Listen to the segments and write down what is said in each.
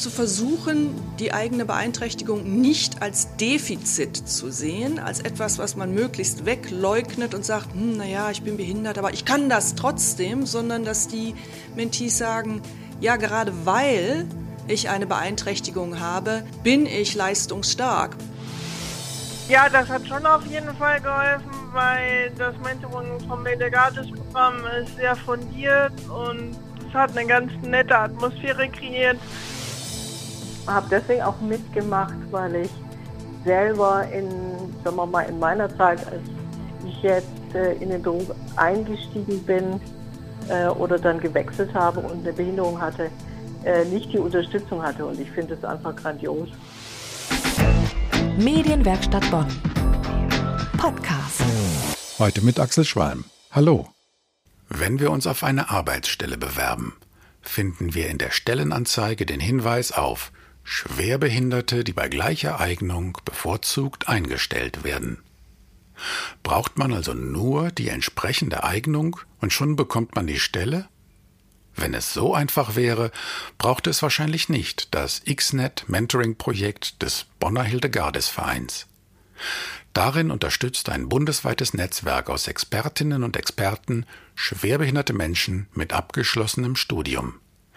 zu versuchen, die eigene Beeinträchtigung nicht als Defizit zu sehen, als etwas, was man möglichst wegleugnet und sagt, naja, ich bin behindert, aber ich kann das trotzdem, sondern dass die Mentees sagen, ja, gerade weil ich eine Beeinträchtigung habe, bin ich leistungsstark. Ja, das hat schon auf jeden Fall geholfen, weil das Mentoring vom Hildegardes-Programm ist sehr fundiert und es hat eine ganz nette Atmosphäre kreiert. Ich habe deswegen auch mitgemacht, weil ich selber in meiner Zeit, als ich jetzt in den Beruf eingestiegen bin oder dann gewechselt habe und eine Behinderung hatte, nicht die Unterstützung hatte. Und ich finde es einfach grandios. Medienwerkstatt Bonn. Podcast. Heute mit Axel Schwalm. Hallo. Wenn wir uns auf eine Arbeitsstelle bewerben, finden wir in der Stellenanzeige den Hinweis auf Schwerbehinderte, die bei gleicher Eignung bevorzugt eingestellt werden. Braucht man also nur die entsprechende Eignung und schon bekommt man die Stelle? Wenn es so einfach wäre, brauchte es wahrscheinlich nicht das XNet-Mentoring-Projekt des Bonner Hildegardes-Vereins. Darin unterstützt ein bundesweites Netzwerk aus Expertinnen und Experten schwerbehinderte Menschen mit abgeschlossenem Studium.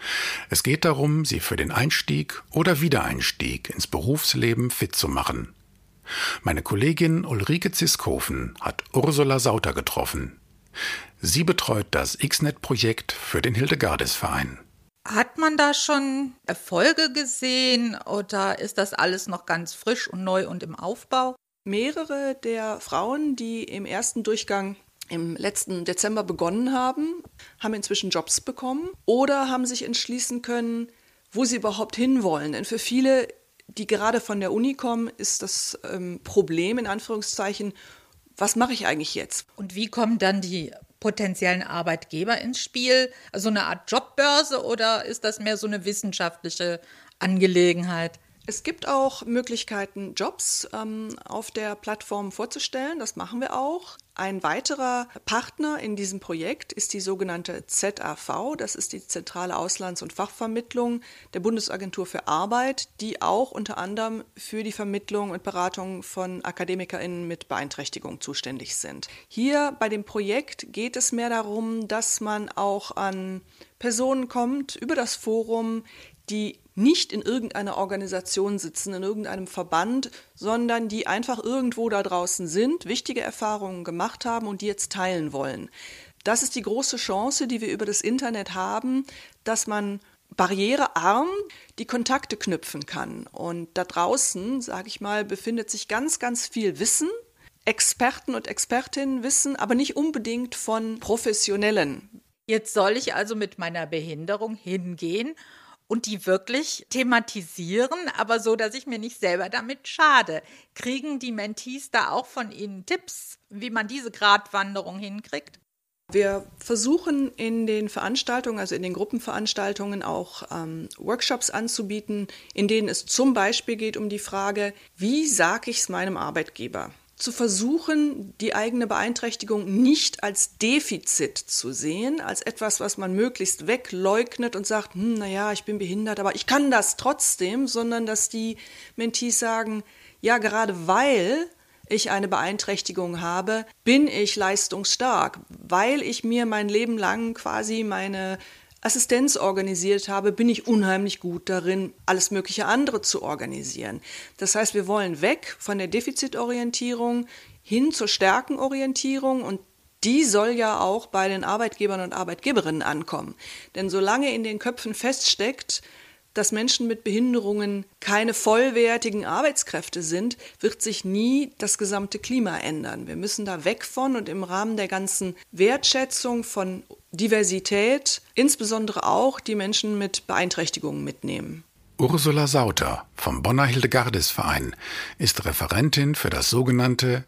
Es geht darum, sie für den Einstieg oder Wiedereinstieg ins Berufsleben fit zu machen. Meine Kollegin Ulrike Ziskofen hat Ursula Sauter getroffen. Sie betreut das XNet-Projekt für den Hildegardes-Verein. Hat man da schon Erfolge gesehen oder ist das alles noch ganz frisch und neu und im Aufbau? Mehrere der Frauen, die im ersten Durchgang im letzten Dezember begonnen haben, haben inzwischen Jobs bekommen oder haben sich entschließen können, wo sie überhaupt hinwollen. Denn für viele, die gerade von der Uni kommen, ist das Problem in Anführungszeichen, was mache ich eigentlich jetzt? Und wie kommen dann die potenziellen Arbeitgeber ins Spiel? Also eine Art Jobbörse oder ist das mehr so eine wissenschaftliche Angelegenheit? Es gibt auch Möglichkeiten, Jobs auf der Plattform vorzustellen. Das machen wir auch. Ein weiterer Partner in diesem Projekt ist die sogenannte ZAV. Das ist die Zentrale Auslands- und Fachvermittlung der Bundesagentur für Arbeit, die auch unter anderem für die Vermittlung und Beratung von AkademikerInnen mit Beeinträchtigung zuständig sind. Hier bei dem Projekt geht es mehr darum, dass man auch an Personen kommt über das Forum, die nicht in irgendeiner Organisation sitzen, in irgendeinem Verband, sondern die einfach irgendwo da draußen sind, wichtige Erfahrungen gemacht haben und die jetzt teilen wollen. Das ist die große Chance, die wir über das Internet haben, dass man barrierearm die Kontakte knüpfen kann. Und da draußen, sage ich mal, befindet sich ganz, ganz viel Wissen, Experten und Expertinnen wissen, aber nicht unbedingt von Professionellen. Jetzt soll ich also mit meiner Behinderung hingehen und die wirklich thematisieren, aber so, dass ich mir nicht selber damit schade. Kriegen die Mentees da auch von Ihnen Tipps, wie man diese Gratwanderung hinkriegt? Wir versuchen in den Veranstaltungen, also in den Gruppenveranstaltungen auch Workshops anzubieten, in denen es zum Beispiel geht um die Frage, wie sage ich es meinem Arbeitgeber? Zu versuchen, die eigene Beeinträchtigung nicht als Defizit zu sehen, als etwas, was man möglichst wegleugnet und sagt, naja, ich bin behindert, aber ich kann das trotzdem, sondern dass die Mentees sagen, ja, gerade weil ich eine Beeinträchtigung habe, bin ich leistungsstark, weil ich mir mein Leben lang quasi meine Assistenz organisiert habe, bin ich unheimlich gut darin, alles mögliche andere zu organisieren. Das heißt, wir wollen weg von der Defizitorientierung hin zur Stärkenorientierung und die soll ja auch bei den Arbeitgebern und Arbeitgeberinnen ankommen. Denn solange in den Köpfen feststeckt, dass Menschen mit Behinderungen keine vollwertigen Arbeitskräfte sind, wird sich nie das gesamte Klima ändern. Wir müssen da weg von und im Rahmen der ganzen Wertschätzung von Diversität insbesondere auch die Menschen mit Beeinträchtigungen mitnehmen. Ursula Sauter vom Bonner Hildegardes-Verein ist Referentin für das sogenannte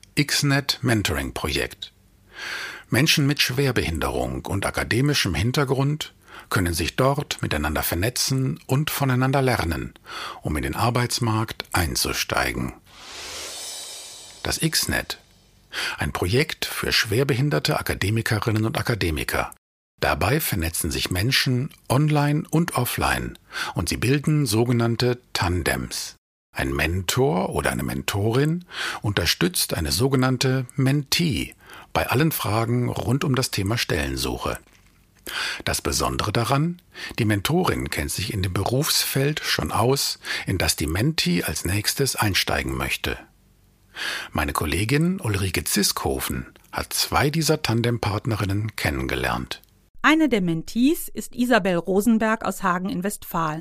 XNet-Mentoring-Projekt. Menschen mit Schwerbehinderung und akademischem Hintergrund können sich dort miteinander vernetzen und voneinander lernen, um in den Arbeitsmarkt einzusteigen. Das XNet, ein Projekt für schwerbehinderte Akademikerinnen und Akademiker, Dabei vernetzen sich Menschen online und offline und sie bilden sogenannte Tandems. Ein Mentor oder eine Mentorin unterstützt eine sogenannte Mentee bei allen Fragen rund um das Thema Stellensuche. Das Besondere daran, die Mentorin kennt sich in dem Berufsfeld schon aus, in das die Mentee als nächstes einsteigen möchte. Meine Kollegin Ulrike Ziskhofen hat 2 dieser Tandempartnerinnen kennengelernt. Eine der Mentees ist Isabel Rosenberg aus Hagen in Westfalen,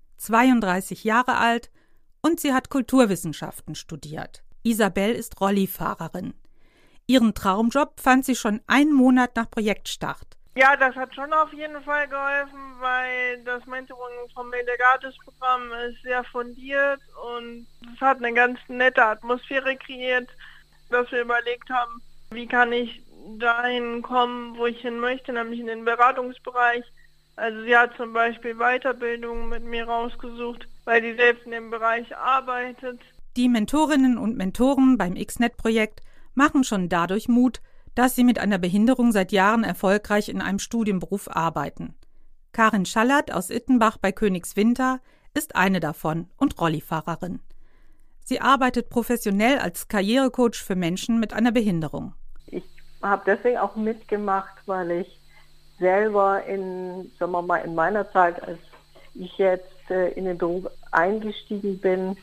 32 Jahre alt und sie hat Kulturwissenschaften studiert. Isabel ist Rollifahrerin. Ihren Traumjob fand sie schon einen Monat nach Projektstart. Ja, das hat schon auf jeden Fall geholfen, weil das Mentoring vom Delegates-Programm ist sehr fundiert und es hat eine ganz nette Atmosphäre kreiert, dass wir überlegt haben, wie kann ich dahin kommen, wo ich hin möchte, nämlich in den Beratungsbereich. Also sie hat zum Beispiel Weiterbildung mit mir rausgesucht, weil sie selbst in dem Bereich arbeitet. Die Mentorinnen und Mentoren beim XNet-Projekt machen schon dadurch Mut, dass sie mit einer Behinderung seit Jahren erfolgreich in einem Studienberuf arbeiten. Karin Schallert aus Ittenbach bei Königswinter ist eine davon und Rollifahrerin. Sie arbeitet professionell als Karrierecoach für Menschen mit einer Behinderung. Ich habe deswegen auch mitgemacht, weil ich selber in meiner Zeit, als ich jetzt in den Beruf eingestiegen bin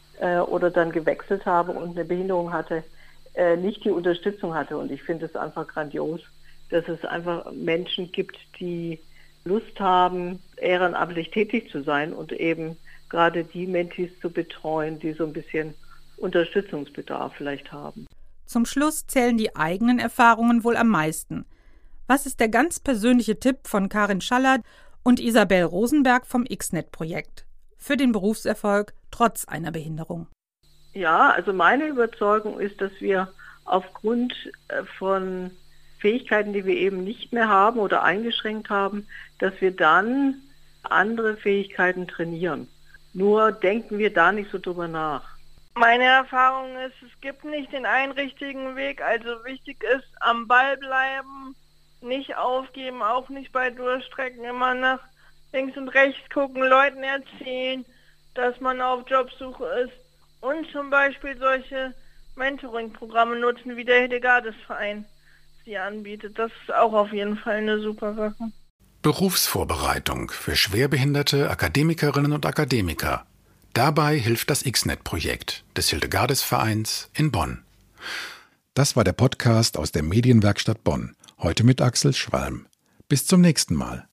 oder dann gewechselt habe und eine Behinderung hatte, nicht die Unterstützung hatte. Und ich finde es einfach grandios, dass es einfach Menschen gibt, die Lust haben, ehrenamtlich tätig zu sein und eben gerade die Mentees zu betreuen, die so ein bisschen Unterstützungsbedarf vielleicht haben. Zum Schluss zählen die eigenen Erfahrungen wohl am meisten. Was ist der ganz persönliche Tipp von Karin Schallert und Isabel Rosenberg vom XNet-Projekt für den Berufserfolg trotz einer Behinderung? Ja, also meine Überzeugung ist, dass wir aufgrund von Fähigkeiten, die wir eben nicht mehr haben oder eingeschränkt haben, dass wir dann andere Fähigkeiten trainieren. Nur denken wir da nicht so drüber nach. Meine Erfahrung ist, es gibt nicht den einen richtigen Weg. Also wichtig ist, am Ball bleiben, nicht aufgeben, auch nicht bei Durchstrecken, immer nach links und rechts gucken, Leuten erzählen, dass man auf Jobsuche ist und zum Beispiel solche Mentoring-Programme nutzen, wie der Delegates-Verein sie anbietet. Das ist auch auf jeden Fall eine super Sache. Berufsvorbereitung für schwerbehinderte Akademikerinnen und Akademiker. Dabei hilft das XNet-Projekt des Hildegardes-Vereins in Bonn. Das war der Podcast aus der Medienwerkstatt Bonn. Heute mit Axel Schwalm. Bis zum nächsten Mal.